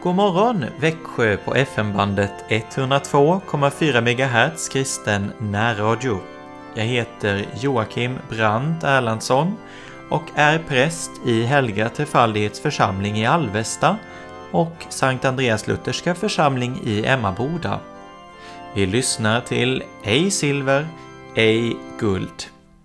God morgon Växjö på FM-bandet 102,4 MHz kristen närradio. Jag heter Joakim Brandt Erlandsson och är präst i Helga Trefaldighets församling i Alvesta och Sankt Andreas Lutherska församling i Emmaboda. Vi lyssnar till Ej silver, ej guld.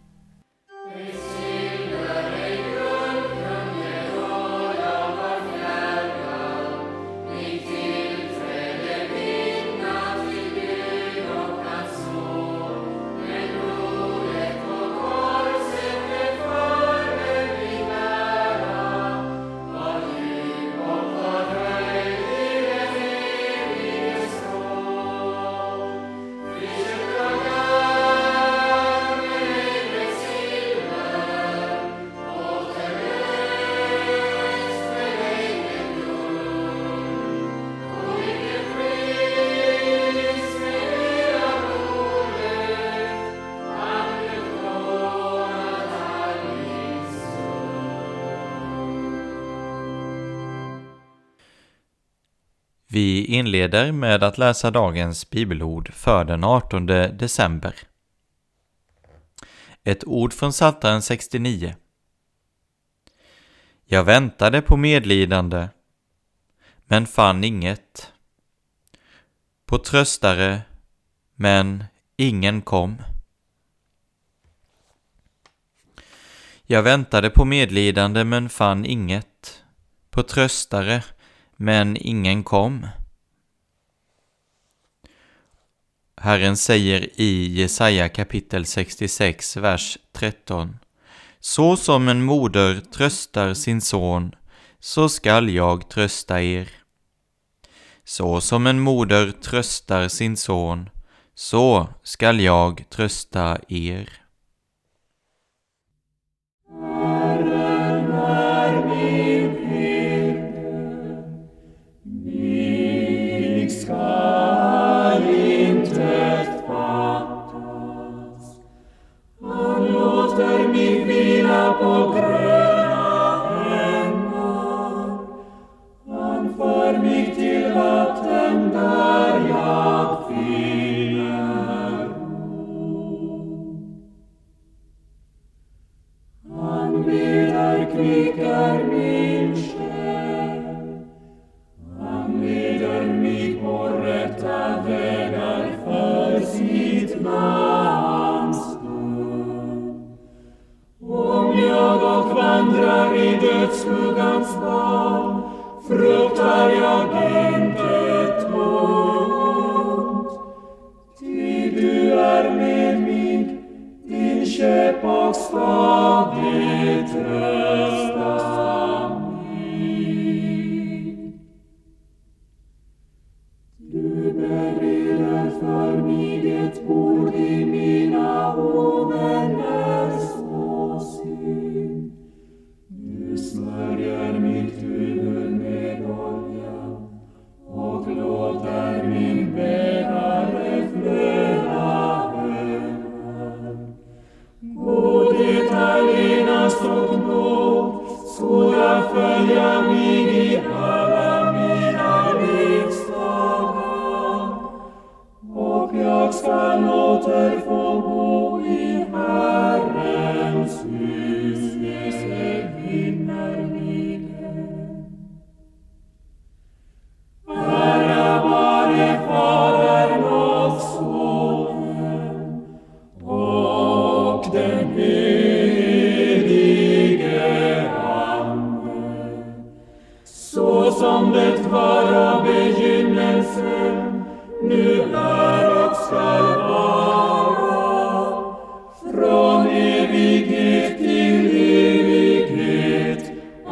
Vi inleder med att läsa dagens bibelord för den 18 december. Ett ord från Psaltaren 69. Jag väntade på medlidande, men fann inget. På tröstare, men ingen kom. Jag väntade på medlidande, men fann inget. På tröstare, men ingen kom. Herren säger i Jesaja kapitel 66, vers 13. Så som en moder tröstar sin son, så skall jag trösta er. Så som en moder tröstar sin son, så skall jag trösta er. På gröna ängar, han för mig till vatten där jag finner ro. Han vederkvickar min själ, han leder mig på rätta vägar för sitt namns skull. Om jag och vandrar i dödsskuggans dal, fruktar jag intet ont. Ty du är med mig, din käpp och stav, det tröstar mig. Du bereder för mig ett bord i mina ovänners åsyn. Du smörjer mitt huvud med olja och låter min bägare flöda över. Godhet allenast och nåd skola följa mig i alla mina livsdagar, och jag skall åter få bo i Herrens hus, evinnerligen. Ära vare Fadern och Sonen och den helige Ande, så som det var av begynnelsen, nu är och skall vara, från evighet till evighet.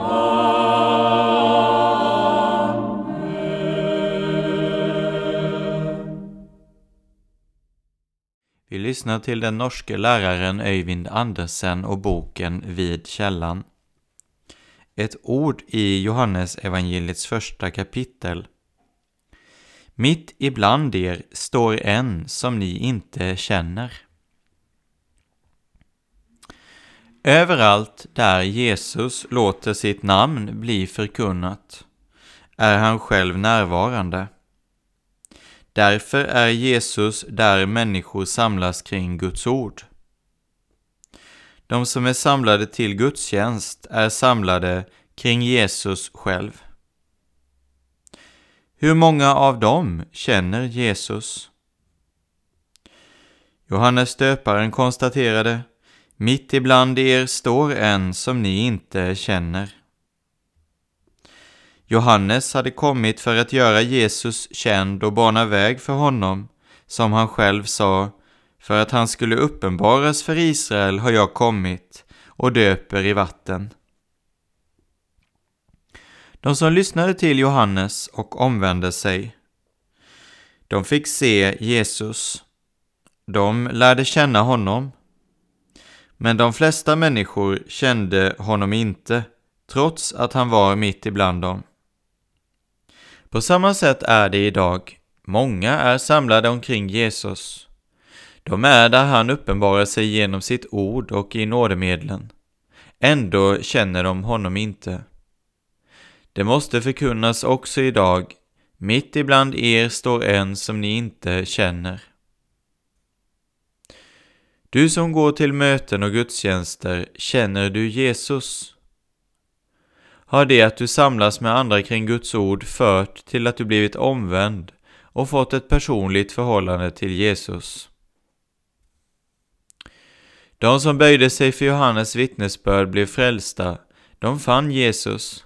Amen. Vi lyssnar till den norske läraren Øyvind Andersen och boken Vid källan. Ett ord i Johannes evangeliets första kapitel. Mitt ibland er står en som ni inte känner. Överallt där Jesus låter sitt namn bli förkunnat är han själv närvarande. Därför är Jesus där människor samlas kring Guds ord. De som är samlade till gudstjänst är samlade kring Jesus själv. Hur många av dem känner Jesus? Johannes döparen konstaterade: mitt ibland er står en som ni inte känner. Johannes hade kommit för att göra Jesus känd och bana väg för honom, som han själv sa: för att han skulle uppenbaras för Israel har jag kommit och döper i vatten. De som lyssnade till Johannes och omvände sig, de fick se Jesus. De lärde känna honom. Men de flesta människor kände honom inte, trots att han var mitt ibland dem. På samma sätt är det idag. Många är samlade omkring Jesus. De är där han uppenbarar sig genom sitt ord och i nådemedlen. Ändå känner de honom inte. Det måste förkunnas också idag: mitt ibland er står en som ni inte känner. Du som går till möten och gudstjänster, känner du Jesus? Har det att du samlas med andra kring Guds ord fört till att du blivit omvänd och fått ett personligt förhållande till Jesus? De som böjde sig för Johannes vittnesbörd blev frälsta. De fann Jesus.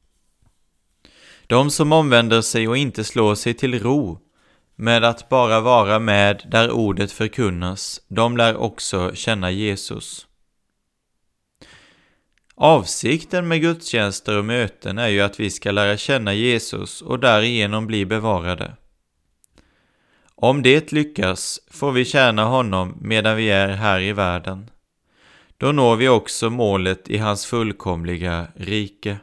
De som omvänder sig och inte slår sig till ro med att bara vara med där ordet förkunnas, de lär också känna Jesus. Avsikten med gudstjänster och möten är ju att vi ska lära känna Jesus och därigenom bli bevarade. Om det lyckas får vi tjäna honom medan vi är här i världen. Då når vi också målet i hans fullkomliga rike.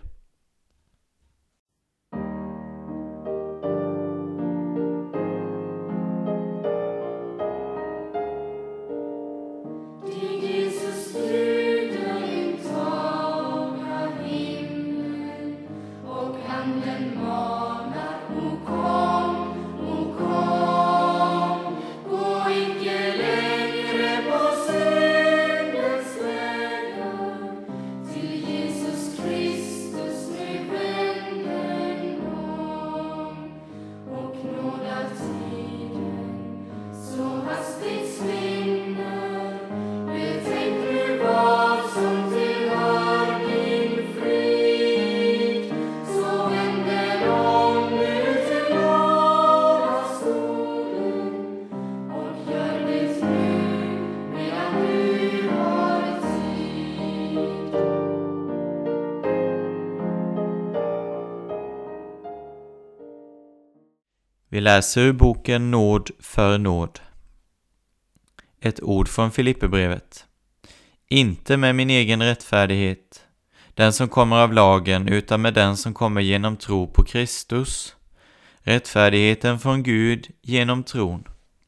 Vi läser ur boken Nåd för nåd. Ett ord från Filipperbrevet. Inte med min egen rättfärdighet, den som kommer av lagen, utan med den som kommer genom tro på Kristus. Rättfärdigheten från Gud genom tron.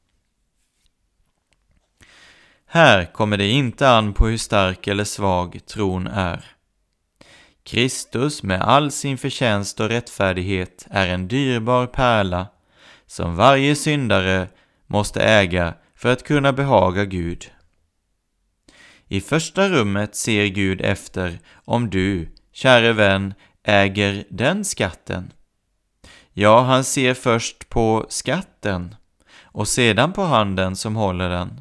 Här kommer det inte an på hur stark eller svag tron är. Kristus med all sin förtjänst och rättfärdighet är en dyrbar pärla som varje syndare måste äga för att kunna behaga Gud. I första rummet ser Gud efter om du, käre vän, äger den skatten. Ja, han ser först på skatten och sedan på handen som håller den.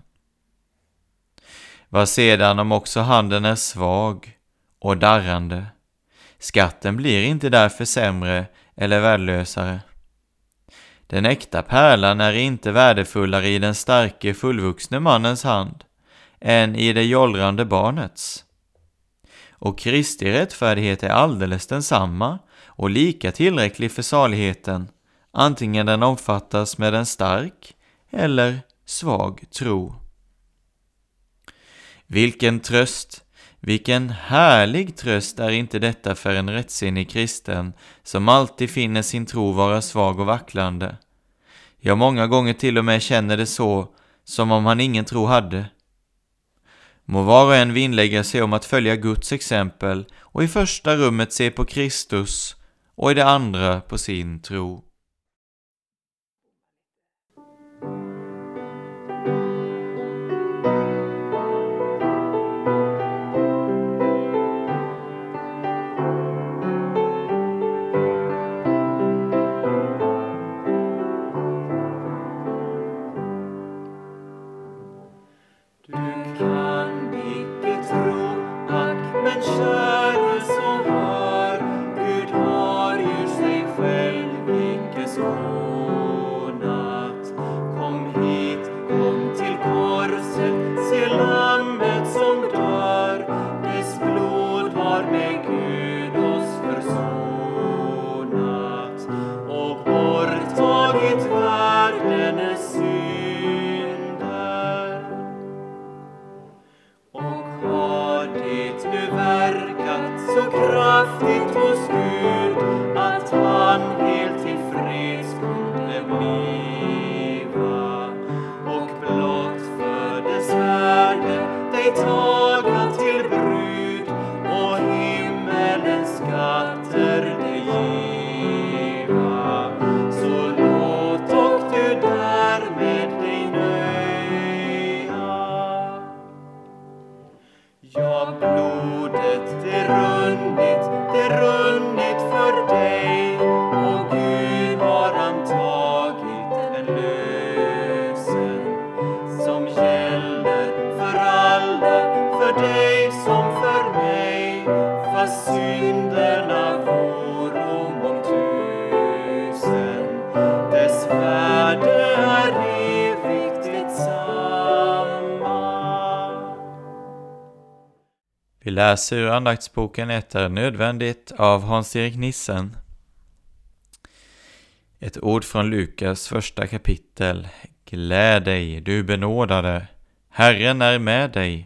Vad sedan om också handen är svag och darrande? Skatten blir inte därför sämre eller värdelösare. Den äkta pärlan är inte värdefullare i den starke fullvuxne mannens hand än i det jollrande barnets. Och Kristi rättfärdighet är alldeles densamma och lika tillräcklig för saligheten, antingen den omfattas med en stark eller svag tro. Vilken tröst, vilken härlig tröst är inte detta för en rättsinnig kristen som alltid finner sin tro vara svag och vacklande. Ja, många gånger till och med känner det så, som om han ingen tro hade. Må var och en vinnlägga sig om att följa Guds exempel och i första rummet se på Kristus och i det andra på sin tro. Vi läser ur andaktsboken Ett är nödvändigt av Hans-Erik Nissen. Ett ord från Lukas första kapitel. Gläd dig, du benådade. Herren är med dig.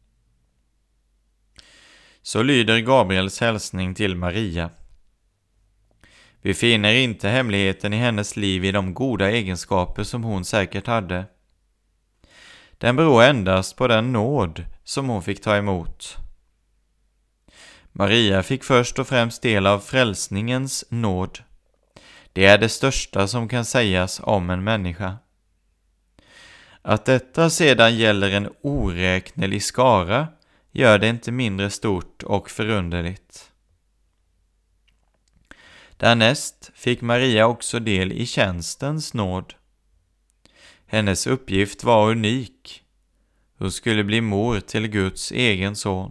Så lyder Gabriels hälsning till Maria. Vi finner inte hemligheten i hennes liv i de goda egenskaper som hon säkert hade. Den beror endast på den nåd som hon fick ta emot. Maria fick först och främst del av frälsningens nåd. Det är det största som kan sägas om en människa. Att detta sedan gäller en oräknelig skara gör det inte mindre stort och förunderligt. Därnäst fick Maria också del i tjänstens nåd. Hennes uppgift var unik. Hon skulle bli mor till Guds egen son.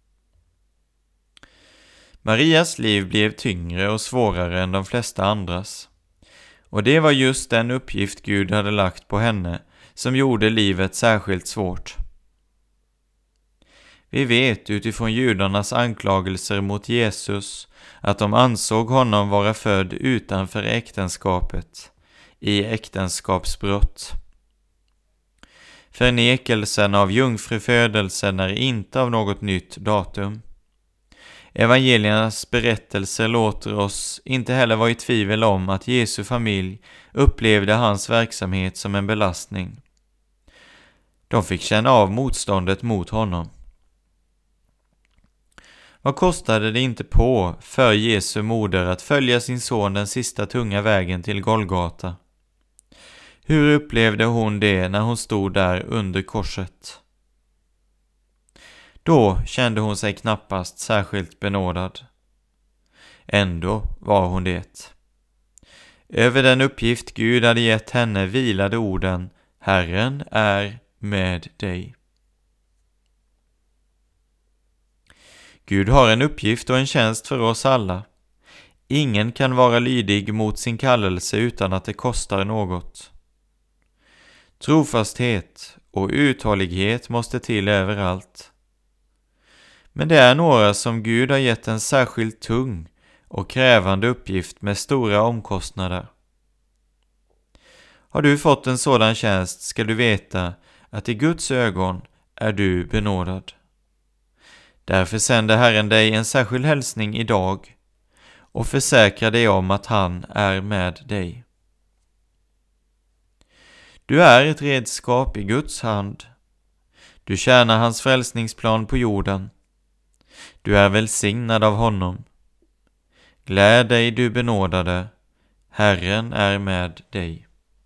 Marias liv blev tyngre och svårare än de flesta andras. Och det var just den uppgift Gud hade lagt på henne som gjorde livet särskilt svårt. Vi vet utifrån judarnas anklagelser mot Jesus att de ansåg honom vara född utanför äktenskapet, i äktenskapsbrott. Förnekelsen av jungfrufödelsen är inte av något nytt datum. Evangeliernas berättelser låter oss inte heller vara i tvivel om att Jesu familj upplevde hans verksamhet som en belastning. De fick känna av motståndet mot honom. Vad kostade det inte på för Jesu moder att följa sin son den sista tunga vägen till Golgata? Hur upplevde hon det när hon stod där under korset? Då kände hon sig knappast särskilt benådad. Ändå var hon det. Över den uppgift Gud hade gett henne vilade orden: Herren är med dig. Gud har en uppgift och en tjänst för oss alla. Ingen kan vara lydig mot sin kallelse utan att det kostar något. Trofasthet och uthållighet måste till överallt. Men det är några som Gud har gett en särskilt tung och krävande uppgift med stora omkostnader. Har du fått en sådan tjänst ska du veta att i Guds ögon är du benådad. Därför sänder Herren dig en särskild hälsning idag och försäkrar dig om att han är med dig. Du är ett redskap i Guds hand. Du tjänar hans frälsningsplan på jorden. Du är välsignad av honom. Gläd dig, du benådade, Herren är med dig.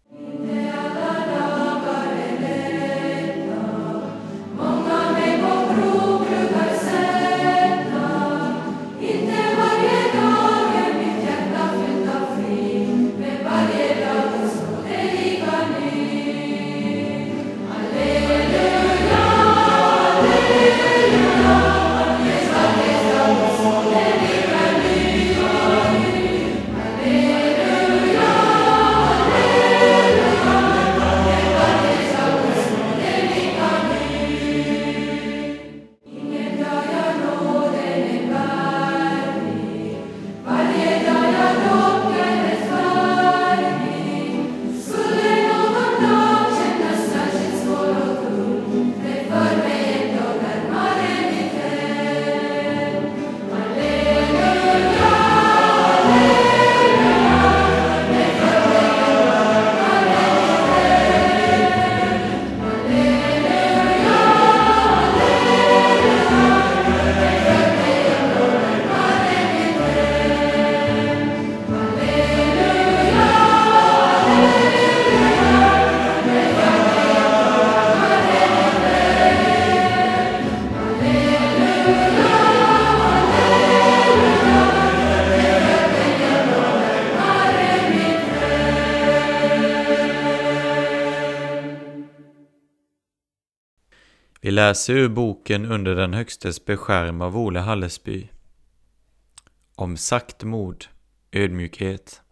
Vi läser ur boken Under den högstes beskärm av Ole Hallesby. Om saktmod, ödmjukhet.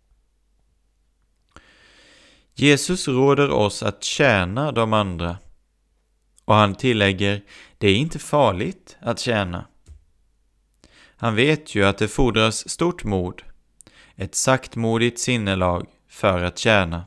Jesus råder oss att tjäna de andra. Och han tillägger, det är inte farligt att tjäna. Han vet ju att det fordras stort mod, ett saktmodigt sinnelag för att tjäna.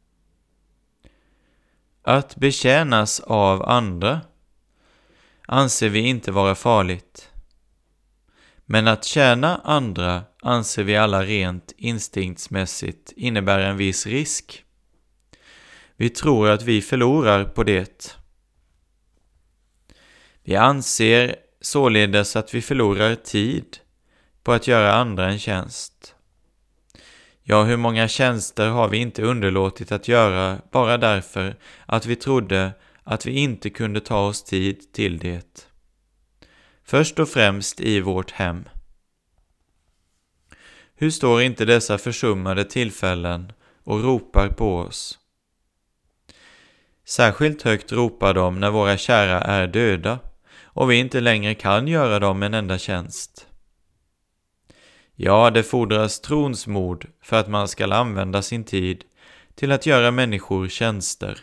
Att betjänas av andra anser vi inte vara farligt. Men att tjäna andra anser vi alla rent instinktsmässigt innebär en viss risk. Vi tror att vi förlorar på det. Vi anser således att vi förlorar tid på att göra andra en tjänst. Ja, hur många tjänster har vi inte underlåtit att göra bara därför att vi trodde att vi inte kunde ta oss tid till det. Först och främst i vårt hem. Hur står inte dessa försummade tillfällen och ropar på oss? Särskilt högt ropar de när våra kära är döda och vi inte längre kan göra dem en enda tjänst. Ja, det fordras trons mod för att man ska använda sin tid till att göra människor tjänster.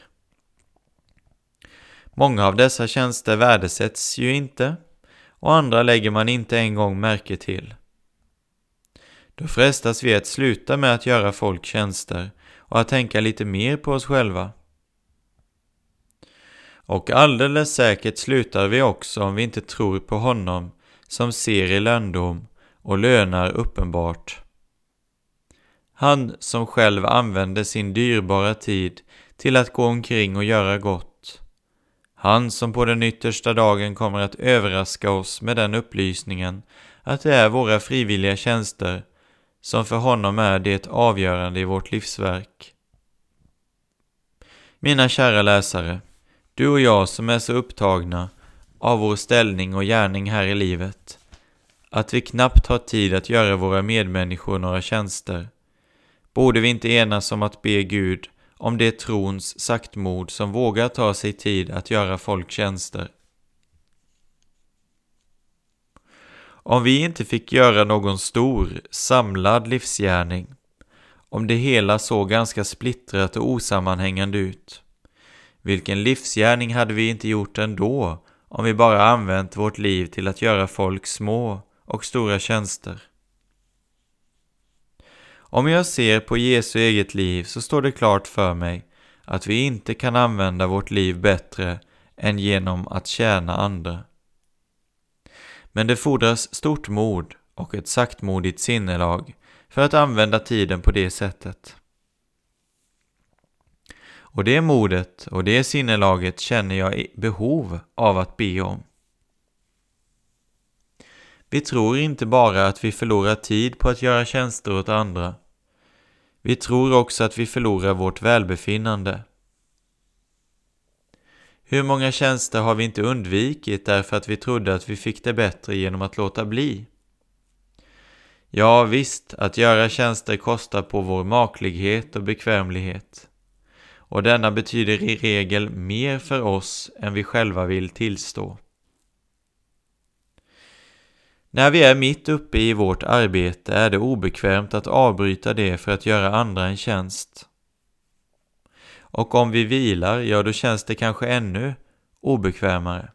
Många av dessa tjänster värdesätts ju inte och andra lägger man inte en gång märke till. Då frestas vi att sluta med att göra folk tjänster och att tänka lite mer på oss själva. Och alldeles säkert slutar vi också om vi inte tror på honom som ser i löndom och lönar uppenbart. Han som själv använder sin dyrbara tid till att gå omkring och göra gott. Han som på den yttersta dagen kommer att överraska oss med den upplysningen att det är våra frivilliga tjänster som för honom är det avgörande i vårt livsverk. Mina kära läsare, du och jag som är så upptagna av vår ställning och gärning här i livet, att vi knappt har tid att göra våra medmänniskor några tjänster, borde vi inte enas om att be Gud om det trons saktmod som vågar ta sig tid att göra folk tjänster. Om vi inte fick göra någon stor, samlad livsgärning, om det hela såg ganska splittrat och osammanhängande ut, vilken livsgärning hade vi inte gjort ändå om vi bara använt vårt liv till att göra folk små och stora tjänster? Om jag ser på Jesu eget liv så står det klart för mig att vi inte kan använda vårt liv bättre än genom att tjäna andra. Men det fordras stort mod och ett saktmodigt sinnelag för att använda tiden på det sättet. Och det modet och det sinnelaget känner jag behov av att be om. Vi tror inte bara att vi förlorar tid på att göra tjänster åt andra. Vi tror också att vi förlorar vårt välbefinnande. Hur många tjänster har vi inte undvikit därför att vi trodde att vi fick det bättre genom att låta bli? Ja visst, att göra tjänster kostar på vår maklighet och bekvämlighet. Och denna betyder i regel mer för oss än vi själva vill tillstå. När vi är mitt uppe i vårt arbete är det obekvämt att avbryta det för att göra andra en tjänst. Och om vi vilar, ja då känns det kanske ännu obekvämare.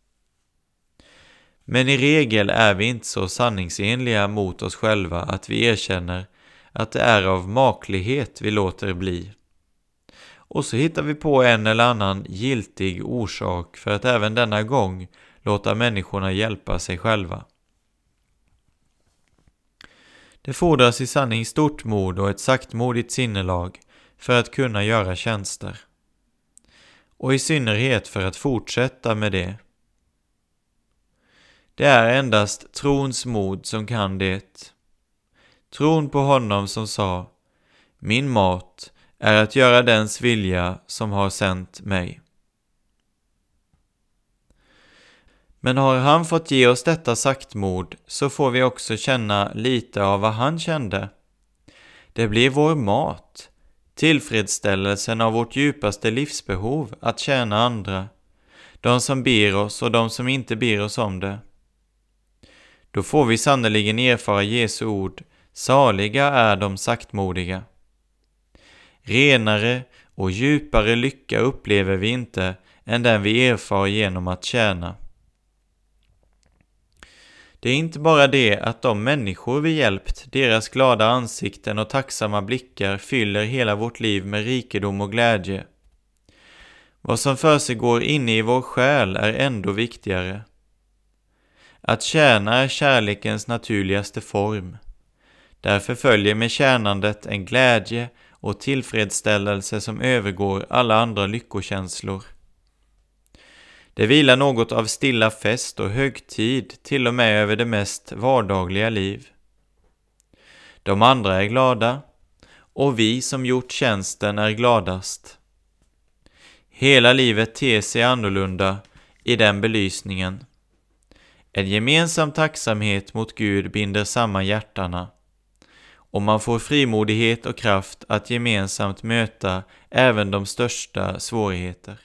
Men i regel är vi inte så sanningsenliga mot oss själva att vi erkänner att det är av maklighet vi låter bli. Och så hittar vi på en eller annan giltig orsak för att även denna gång låta människorna hjälpa sig själva. Det fordras i sanning stort mod och ett saktmodigt sinnelag för att kunna göra tjänster. Och i synnerhet för att fortsätta med det. Det är endast trons mod som kan det. Tron på honom som sa: min mat är att göra dens vilja som har sänt mig. Men har han fått ge oss detta saktmod så får vi också känna lite av vad han kände. Det blir vår mat, tillfredsställelsen av vårt djupaste livsbehov att tjäna andra, de som ber oss och de som inte ber oss om det. Då får vi sannoliken erfara Jesu ord: saliga är de saktmodiga. Renare och djupare lycka upplever vi inte än den vi erfar genom att tjäna. Det är inte bara det att de människor vi hjälpt, deras glada ansikten och tacksamma blickar fyller hela vårt liv med rikedom och glädje. Vad som försiggår inne i vår själ är ändå viktigare. Att tjäna är kärlekens naturligaste form. Därför följer med tjänandet en glädje och tillfredsställelse som övergår alla andra lyckokänslor. Det vilar något av stilla fest och högtid till och med över det mest vardagliga liv. De andra är glada, och vi som gjort tjänsten är gladast. Hela livet ter sig annorlunda i den belysningen. En gemensam tacksamhet mot Gud binder samman hjärtarna, och man får frimodighet och kraft att gemensamt möta även de största svårigheter.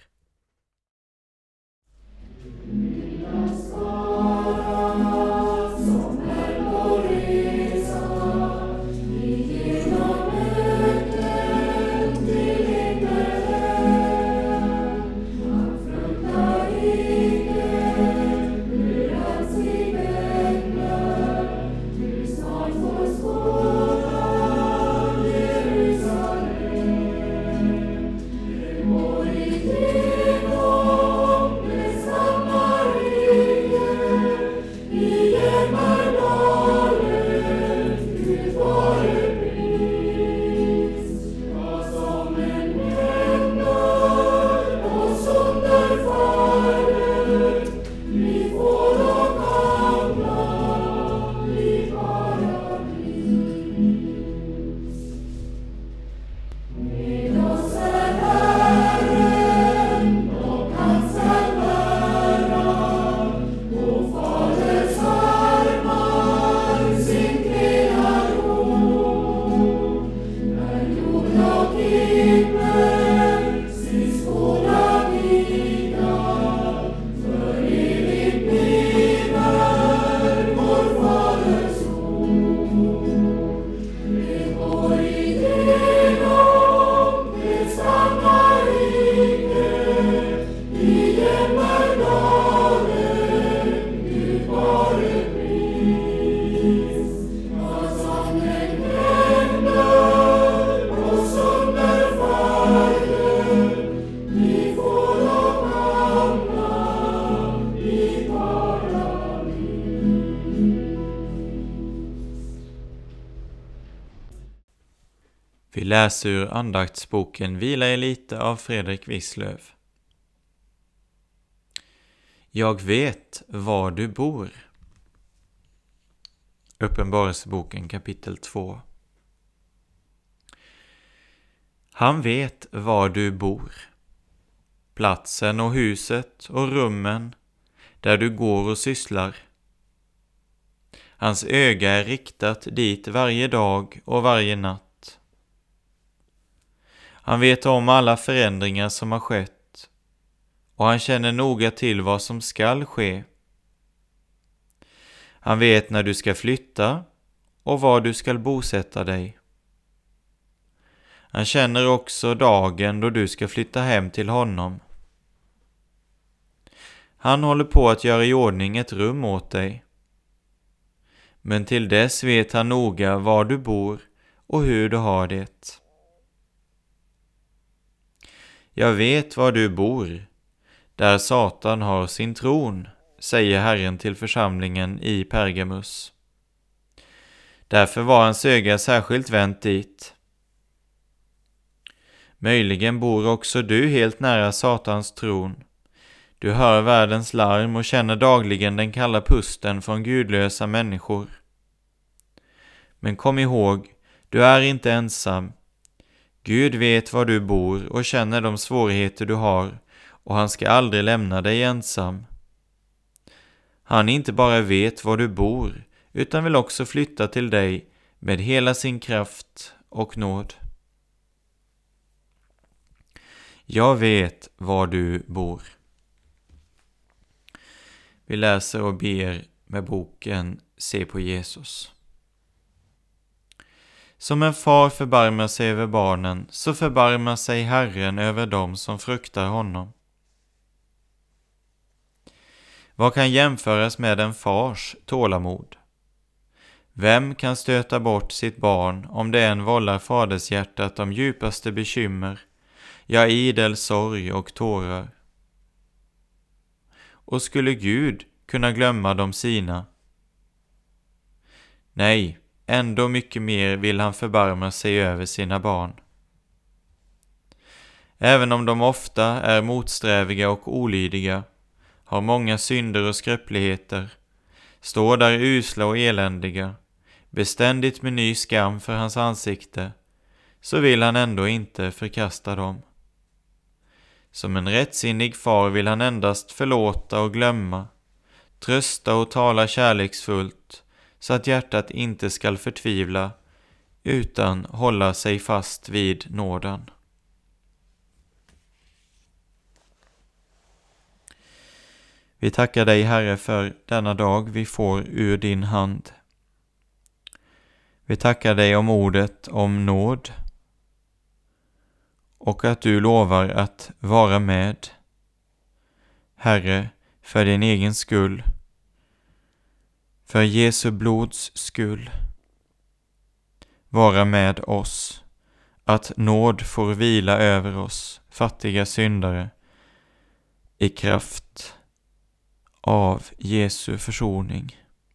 Vi läser ur andaktsboken Vila er lite av Fredrik Wislöf. Jag vet var du bor. Uppenbarelseboken kapitel 2. Han vet var du bor, platsen och huset och rummen där du går och sysslar. Hans öga är riktat dit varje dag och varje natt. Han vet om alla förändringar som har skett och han känner noga till vad som skall ske. Han vet när du ska flytta och var du ska bosätta dig. Han känner också dagen då du ska flytta hem till honom. Han håller på att göra i ordning ett rum åt dig. Men till dess vet han noga var du bor och hur du har det. Jag vet var du bor, där Satan har sin tron, säger Herren till församlingen i Pergamus. Därför var hans öga särskilt vänt dit. Möjligen bor också du helt nära Satans tron. Du hör världens larm och känner dagligen den kalla pusten från gudlösa människor. Men kom ihåg, du är inte ensam. Gud vet var du bor och känner de svårigheter du har, och han ska aldrig lämna dig ensam. Han inte bara vet var du bor, utan vill också flytta till dig med hela sin kraft och nåd. Jag vet var du bor. Vi läser och ber med boken Se på Jesus. Som en far förbarmar sig över barnen, så förbarmar sig Herren över dem som fruktar honom. Vad kan jämföras med en fars tålamod? Vem kan stöta bort sitt barn om det än vållar fadershjärtat de djupaste bekymmer, ja, idel sorg och tårar? Och skulle Gud kunna glömma de sina? Nej, ändå mycket mer vill han förbarma sig över sina barn. Även om de ofta är motsträviga och olydiga, har många synder och skröpligheter, står där usla och eländiga, beständigt med ny skam för hans ansikte, så vill han ändå inte förkasta dem. Som en rättsinnig far vill han endast förlåta och glömma, trösta och tala kärleksfullt, så att hjärtat inte skall förtvivla, utan hålla sig fast vid nåden. Vi tackar dig, Herre, för denna dag vi får ur din hand. Vi tackar dig om ordet om nåd och att du lovar att vara med. Herre, för din egen skull, för Jesu blods skull, vara med oss, att nåd får vila över oss, fattiga syndare, i kraft av Jesu försoning.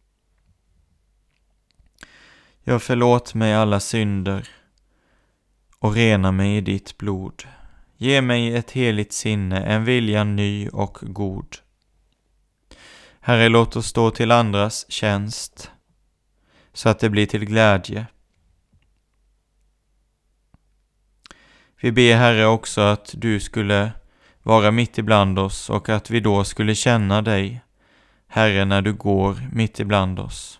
Jag förlåt mig alla synder och rena mig i ditt blod. Ge mig ett heligt sinne, en vilja ny och god. Herre, låt oss stå till andras tjänst, så att det blir till glädje. Vi ber, Herre, också att du skulle vara mitt ibland oss och att vi då skulle känna dig, Herre, när du går mitt ibland oss.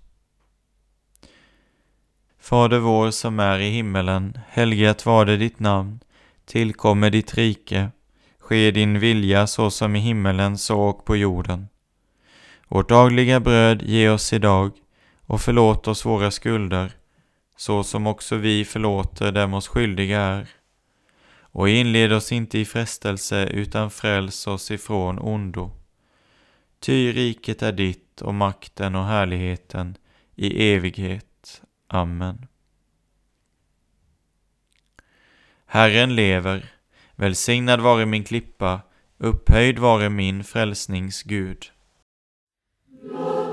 Fader vår som är i himmelen, helgat varde ditt namn, tillkommer ditt rike, ske din vilja så som i himmelen så och på jorden. Vårt dagliga bröd ge oss idag och förlåt oss våra skulder, så som också vi förlåter dem oss skyldiga är. Och inled oss inte i frestelse utan fräls oss ifrån ondo. Ty riket är ditt och makten och härligheten i evighet. Amen. Herren lever, välsignad vare min klippa, upphöjd vare min frälsnings Gud.